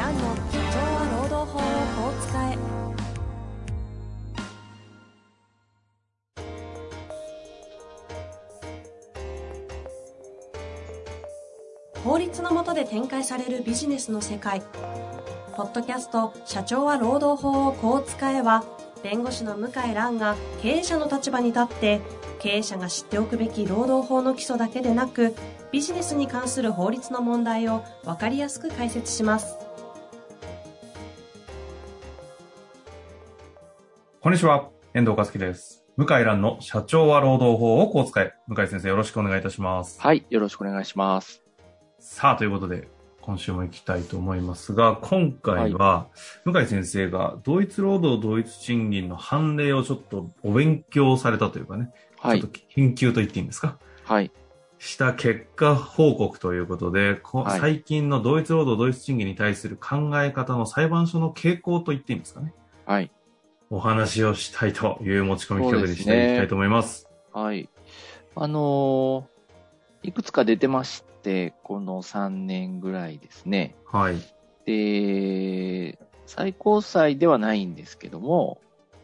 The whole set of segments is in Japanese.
蘭の社長は労働法をこう使え。法律の下で展開されるビジネスの世界。ポッドキャスト社長は労働法をこう使えは、弁護士の向井蘭が経営者の立場に立って経営者が知っておくべき労働法の基礎だけでなく、ビジネスに関する法律の問題を分かりやすく解説します。 こんにちは、遠藤和樹です。向井蘭の社長は労働法をこう使え。向井先生、よろしくお願いいたします。 はい、よろしくお願いします。 さあ、ということで今週も行きたいと思いますが、今回は向井先生が同一労働同一賃金の判例をちょっとお勉強されたというかね、ちょっと研究と言っていいんですか、した結果報告ということで、最近の同一労働同一賃金に対する考え方の裁判所の傾向と言っていいんですかね、お話をしたいという持ち込み企画でしていきたいと思います。 いくつか出てまして、この3年ぐらいですね。で、最高裁ではないんですけども、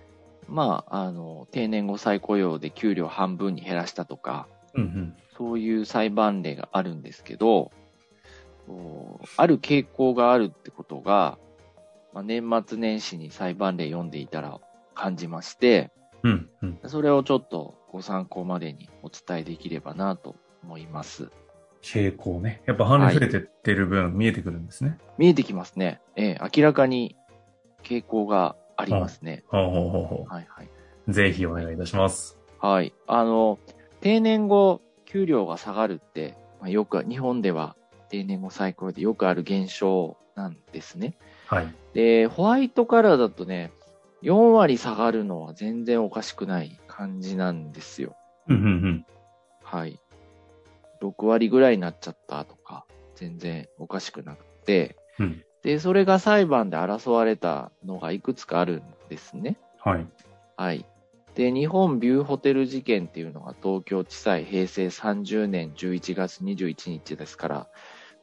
定年後再雇用で給料半分に減らしたとか、そういう裁判例があるんですけど、ある傾向があるってことが、年末年始に裁判例読んでいたら感じまして、それをちょっとご参考までにお伝えできればなと思います。 傾向ね。やっぱ判例増えてってる分、見えてくるんですね。 見えてきますね。明らかに傾向がありますね。 ぜひお願いいたします。 定年後給料が下がるって、よく日本では定年後再雇用でよくある現象なんですね。で、ホワイトカラーだとね、4割下がるのは全然おかしくない感じなんですよ。6割ぐらいになっちゃったとか、全然おかしくなくて、で、それが裁判で争われたのがいくつかあるんですね。で、日本ビューホテル事件っていうのが東京地裁平成30年11月21日ですから、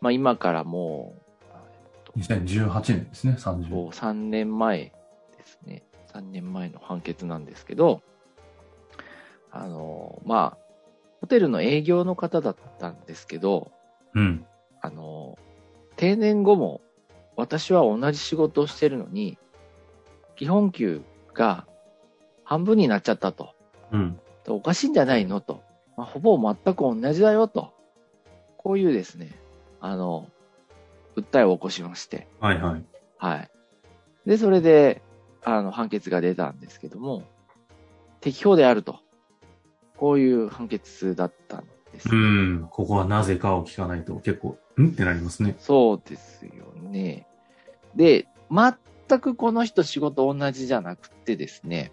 今からもう、2018年ですね、 3年前ですね。3年前の判決なんですけど、ホテルの営業の方だったんですけど、定年後も私は同じ仕事をしてるのに、基本給が半分になっちゃったと。おかしいんじゃないのと。ほぼ全く同じだよと。こういうですね、訴えを起こしまして。で、それで、判決が出たんですけども、適法であると。こういう判決だったんです。 ここはなぜかを聞かないと結構、ってなりますね。 そうですよね。で、全くこの人仕事同じじゃなくてですね、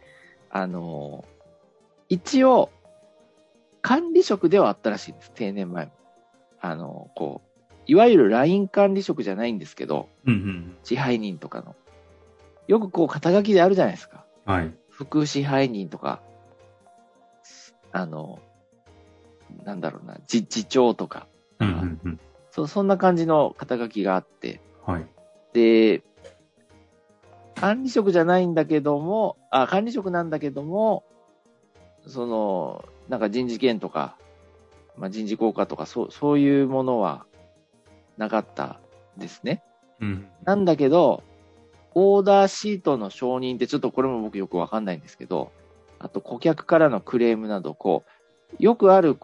一応、管理職ではあったらしいんです、定年前も。いわゆるライン管理職じゃないんですけど、支配人とかの。よく肩書きであるじゃないですか。副支配人とか、なんだろうな、次長とか。そんな感じの肩書きがあって。で、管理職じゃないんだけども、管理職なんだけども、なんか人事権とか、人事効果とか、そういうものはなかったですね。なんだけど、オーダーシートの承認ってちょっとこれも僕よくわかんないんですけど、あと顧客からのクレームなど、よくある、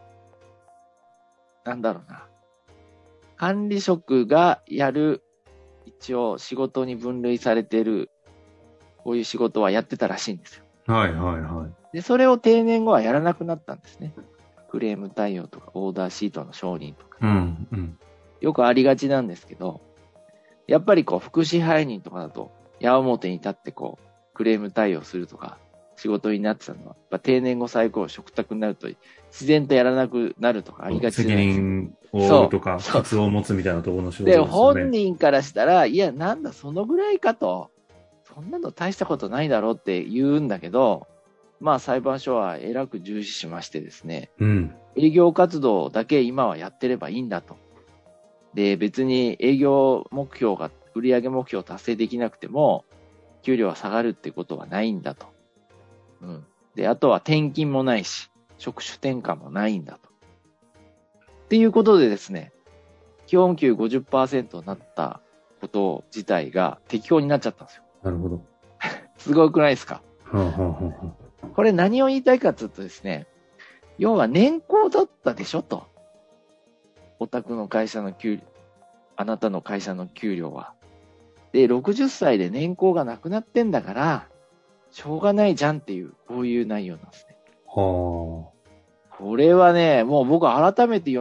なんだろうな、管理職がやる、一応仕事に分類されている、こういう仕事はやってたらしいんですよ。で、それを定年後はやらなくなったんですね。クレーム対応とか、オーダーシートの承認とか。よくありがちなんですけど、やっぱり副支配人とかだと、矢面に立ってクレーム対応するとか、仕事になってたのは、定年後再雇用、嘱託になると、自然とやらなくなるとかありがちじゃないですか。責任を負うとか、カツを持つみたいなところの仕事ですよね。 で、本人からしたら、いや、なんだ、そのぐらいかと、そんなの大したことないだろうって言うんだけど、裁判所はえらく重視しましてですね、営業活動だけ今はやってればいいんだと。 で、別に営業目標が、売上目標達成できなくても、給料は下がるってことはないんだと。うん。で、あとは転勤もないし、職種転換もないんだと。っていうことでですね、基本給 50% になったこと自体が適用になっちゃったんですよ。 なるほど。 すごくないですか？ はあはあはあ、 これ何を言いたいかというとですね、要は年功だったでしょと。お宅の会社のあなたの会社の給料は。で、60歳で年功がなくなってんだから、しょうがないじゃんっていう、こういう内容なんですね。 はあ。これはね、もう僕改めて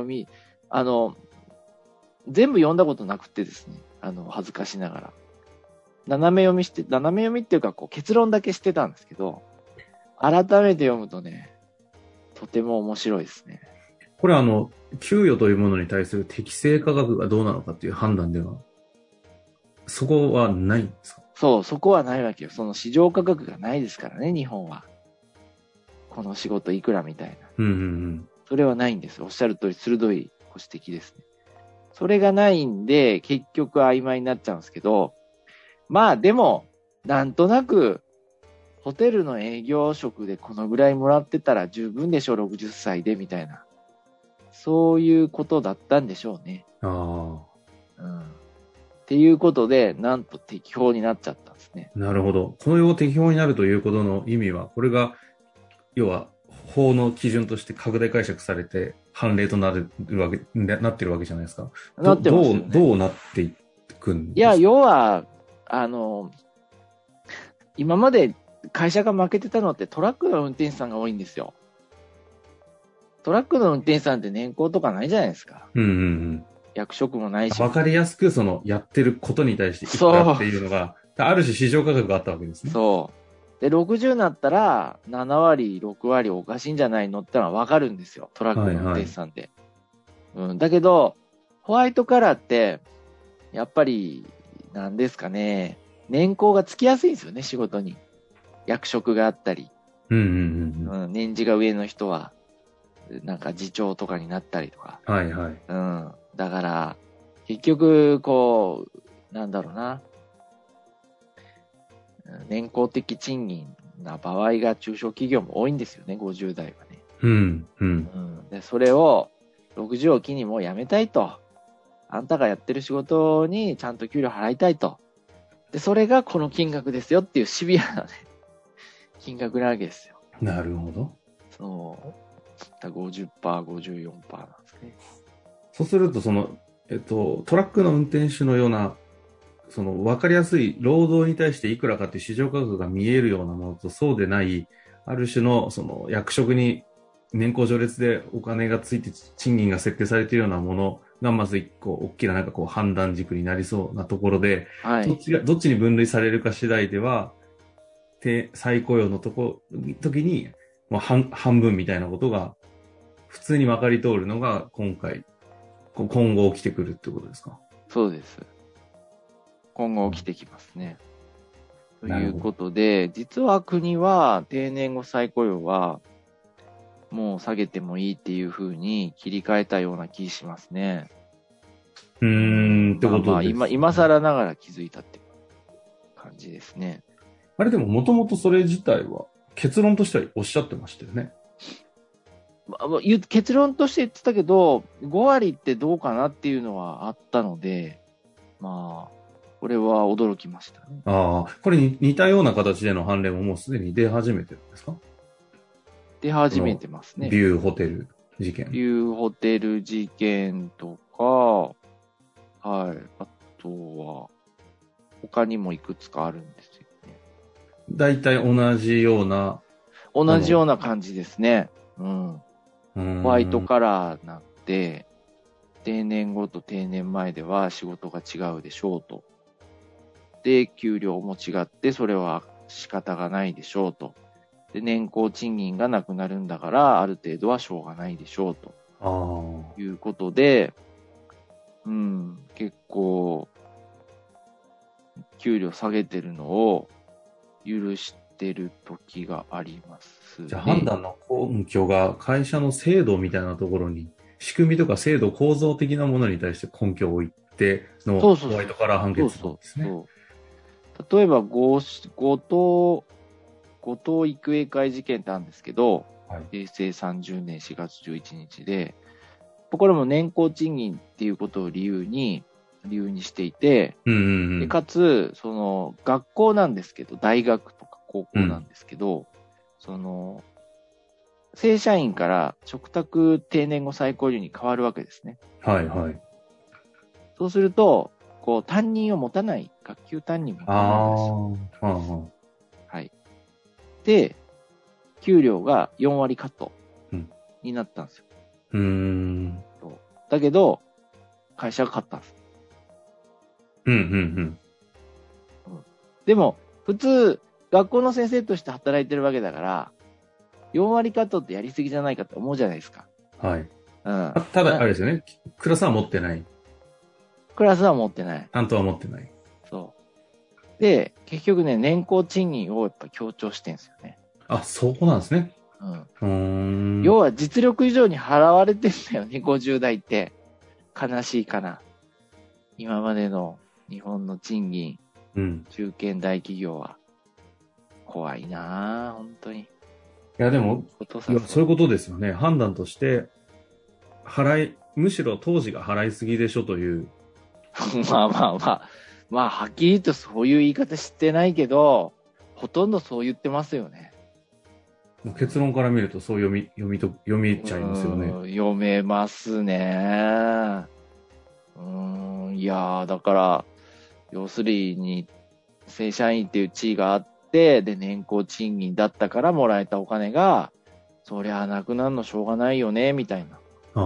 全部読んだことなくてですね、恥ずかしながら。斜め読みっていうか、結論だけしてたんですけど、改めて読むとね、とても面白いですね。 これ給与というものに対する適正価格がどうなのかっていう判断では、そこはないんですか？ そう、そこはないわけよ。その市場価格がないですからね、日本は。この仕事いくらみたいな。 うんうんうん。 それはないんです。おっしゃる通り鋭いご指摘ですね。それがないんで、結局曖昧になっちゃうんですけど、まあでも、なんとなく、ホテルの営業職でこのぐらいもらってたら十分でしょ、60歳で、みたいな。そういうことだったんでしょうね。 ああ。 うん。っていうことで、なんと適法になっちゃったんですね。 なるほど。この用語適法になるということの意味は、これが、要は、法の基準として拡大解釈されて、判例となってるわけじゃないですか。 なってますよね。 どうなっていくんですか？ いや、要は、今まで会社が負けてたのってトラックの運転手さんが多いんですよ。トラックの運転手さんって年功とかないじゃないですか。 うんうんうん。 役職もないし。 わかりやすく、やってることに対していくらっていうのが、ある種市場価格があったわけですね。 そう。で、60になったら、7割、6割おかしいんじゃないのってのはわかるんですよ。トラックの運転手さんで。はいはい。うん。だけど、ホワイトカラーって、やっぱり、なんですかね、年功がつきやすいんですよね、仕事に。役職があったり。 うんうんうん。 年次が上の人は、なんか次長とかになったりとか。 はいはい。 うん。だから、結局、なんだろうな。年功的賃金な場合が中小企業も多いんですよね、50代はね。 うん、うん。 うん。で、それを60を機にもう辞めたいと。あんたがやってる仕事にちゃんと給料払いたいと。で、それがこの金額ですよっていうシビアなね、金額なわけですよ。 なるほど。 そう。50%、54%なんですね。 そうすると、トラックの運転手のような、わかりやすい労働に対していくらかっていう市場価格が見えるようなものと、そうでない、ある種の、役職に年功序列でお金がついて賃金が設定されているようなものが、まず一個、大きな判断軸になりそうなところで、はい、どっちに分類されるか次第では、再雇用の時に、もう半分みたいなことが、普通に分かり通るのが、今後起きてくるってことですか？ そうです。今後起きてきますね。ということで、実は国は定年後再雇用は、もう下げてもいいっていう風に切り替えたような気しますね。 ってことですね。 今更ながら気づいたって感じですね。 あれでももともとそれ自体は結論としてはおっしゃってましたよね。 結論として言ってたけど、5割ってどうかなっていうのはあったので、まあ、これは驚きましたね。 ああ、これに似たような形での判例ももうすでに出始めてるんですか？ 出始めてますね。 ビューホテル事件。 ビューホテル事件とか、はい。あとは、他にもいくつかあるんですよね。 大体同じような感じですね。うん。ホワイトカラーになって、定年後と定年前では仕事が違うでしょうと。で、給料も違って、それは仕方がないでしょうと。で、年功賃金がなくなるんだから、ある程度はしょうがないでしょうと。いうことで、結構、給料下げてるのを許してる時があります、ね。 じゃあ判断の根拠が会社の制度みたいなところに仕組みとか制度、構造的なものに対して根拠を置いてのホワイトカラー判決なんですね。 例えば後藤育英会事件ってあるんですけど、はい、平成30年4月11日で、これも年功賃金っていうことを理由にしていて、でかつ、その学校なんですけど、大学とか高校なんですけど、その正社員から嘱託定年後再雇用に変わるわけですね。 はいはい。 そうすると、こう担任を持たない、学級担任を持たないんですよ。はい。で、給料が4割カットになったんですよ。だけど、会社が勝ったんです。でも、普通、学校の先生として働いてるわけだから、4割カットってやりすぎじゃないかと思うじゃないですか。 はい。ただ、あれですよね。クラスは持ってない。 クラスは持ってない。 担当は持ってない。 そう。で、結局ね、年功賃金をやっぱ強調してるんですよね。 あ、そうなんですね。 要は実力以上に払われてんだよね、50代って。悲しいかな。今までの日本の賃金、中堅大企業は。怖いなぁ、本当に。 いや、でも、そういうことですよね。判断として、むしろ当時が払いすぎでしょという。 まあ、はっきり言うとそういう言い方知ってないけど、ほとんどそう言ってますよね。 結論から見るとそう読みちゃいますよね。 読めますね。いやだから、要するに、正社員っていう地位があって、で、年功賃金だったからもらえたお金が、そりゃなくなるのしょうがないよね、みたいな。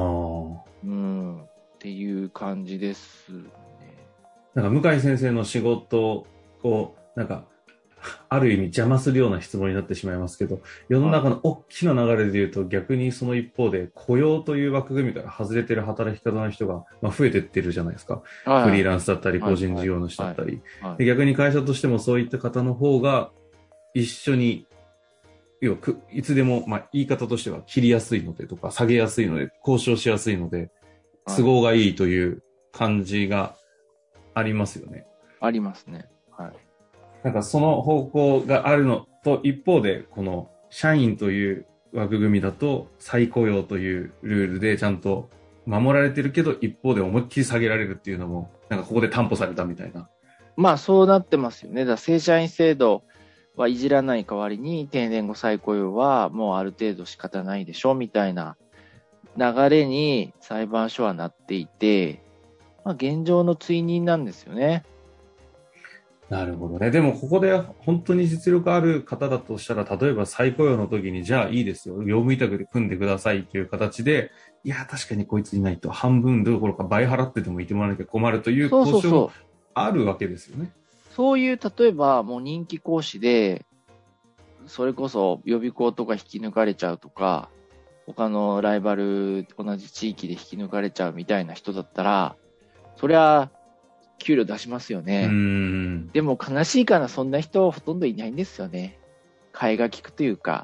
っていう感じですね。 なんか向井先生の仕事を、なんか、ある意味邪魔するような質問になってしまいますけど、世の中の大きな流れで言うと、逆にその一方で雇用という枠組みから外れてる働き方の人が、増えてってるじゃないですか。フリーランスだったり、個人事業主だったり。逆に会社としてもそういった方の方が一緒に、いつでも、言い方としては切りやすいのでとか、下げやすいので、交渉しやすいので、都合がいいという感じがありますよね。 ありますね。はい。 なんかその方向があるのと、一方で、この社員という枠組みだと、再雇用というルールでちゃんと守られてるけど、一方で思いっきり下げられるっていうのも、なんかここで担保されたみたいな。 まあそうなってますよね。だから正社員制度はいじらない代わりに、定年後再雇用はもうある程度仕方ないでしょ、みたいな流れに裁判所はなっていて、現状の追認なんですよね。 なるほどね。でもここで本当に実力ある方だとしたら、例えば再雇用の時に、じゃあいいですよ。業務委託で組んでくださいという形で、いや、確かにこいついないと半分どころか倍払っててもいてもらわなきゃ困るという交渉もあるわけですよね。 そういう、例えばもう人気講師で、それこそ予備校とか引き抜かれちゃうとか、他のライバル、同じ地域で引き抜かれちゃうみたいな人だったら、そりゃ、給料出しますよね。でも悲しいかな、そんな人ほとんどいないんですよね。替えが利くというか、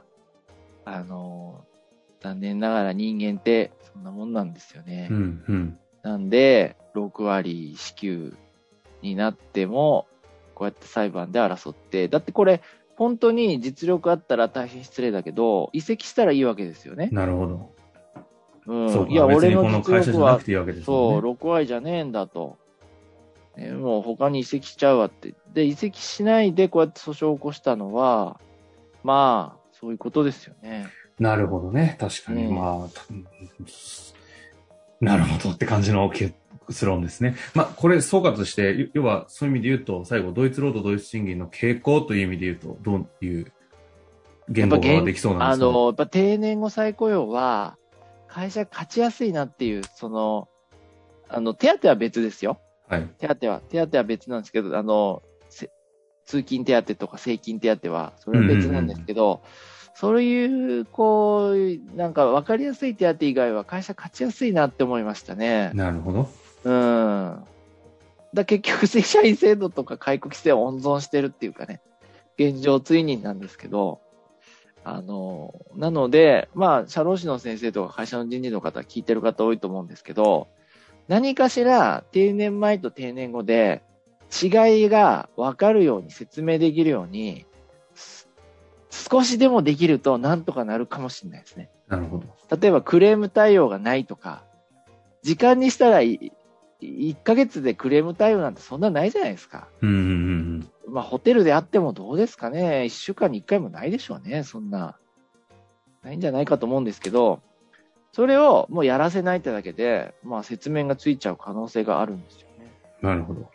残念ながら人間ってそんなもんなんですよね。なんで、6割支給になっても、こうやって裁判で争って、だってこれ、本当に実力あったら大変失礼だけど、移籍したらいいわけですよね。 なるほど。 いや、俺の実力は、そう、6割じゃねえんだと。もう他に移籍しちゃうわって。で、移籍しないでこうやって訴訟を起こしたのは、そういうことですよね。 なるほどね。確かに。なるほどって感じの結論ですね。これ総括して、要はそういう意味で言うと、最後、同一労働同一賃金の傾向という意味で言うと、どういう言語ができそうなんですか？ やっぱ定年後再雇用は、会社勝ちやすいなっていう、手当は別ですよ。 はい。 手当は別なんですけど、通勤手当とか生勤手当は、それは別なんですけど、そういう、なんか分かりやすい手当以外は会社勝ちやすいなって思いましたね。 なるほど。 結局、正社員制度とか解雇規制を温存してるっていうかね、現状追認なんですけど、 なので、社労士の先生とか会社の人事の方聞いてる方多いと思うんですけど、何かしら定年前と定年後で違いが分かるように説明できるように、少しでもできるとなんとかなるかもしれないですね。 なるほど。 例えばクレーム対応がないとか、時間にしたら1ヶ月でクレーム対応なんてそんなないじゃないですか。ホテルであってもどうですかね。1週間に1回もないでしょうね。そんな。ないんじゃないかと思うんですけど、それをもうやらせないってだけで、説明がついちゃう可能性があるんですよね。 なるほど。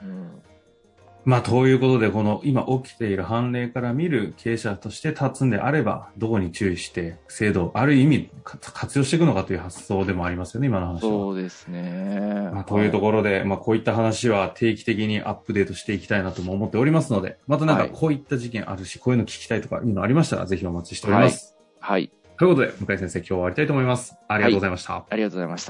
ということで、この今起きている判例から見る経営者として立つんであれば、どこに注意して、制度をある意味活用していくのかという発想でもありますよね、今の話は。 そうですね。 というところで、こういった話は定期的にアップデートしていきたいなとも思っておりますので、またこういった事件あるし、こういうの聞きたいとかいうのありましたら、ぜひお待ちしております。 はい。 ということで、向井先生、今日は終わりたいと思います。ありがとうございました。 ありがとうございました。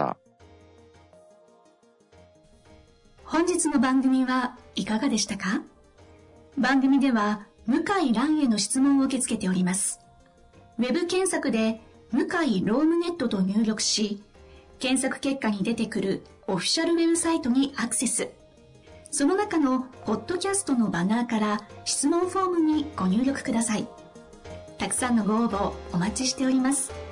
本日の番組はいかがでしたか？番組では向井蘭への質問を受け付けております。ウェブ検索で向井ロームネットと入力し、検索結果に出てくるオフィシャルウェブサイトにアクセス。その中のポッドキャストのバナーから質問フォームにご入力ください。たくさんのご応募お待ちしております。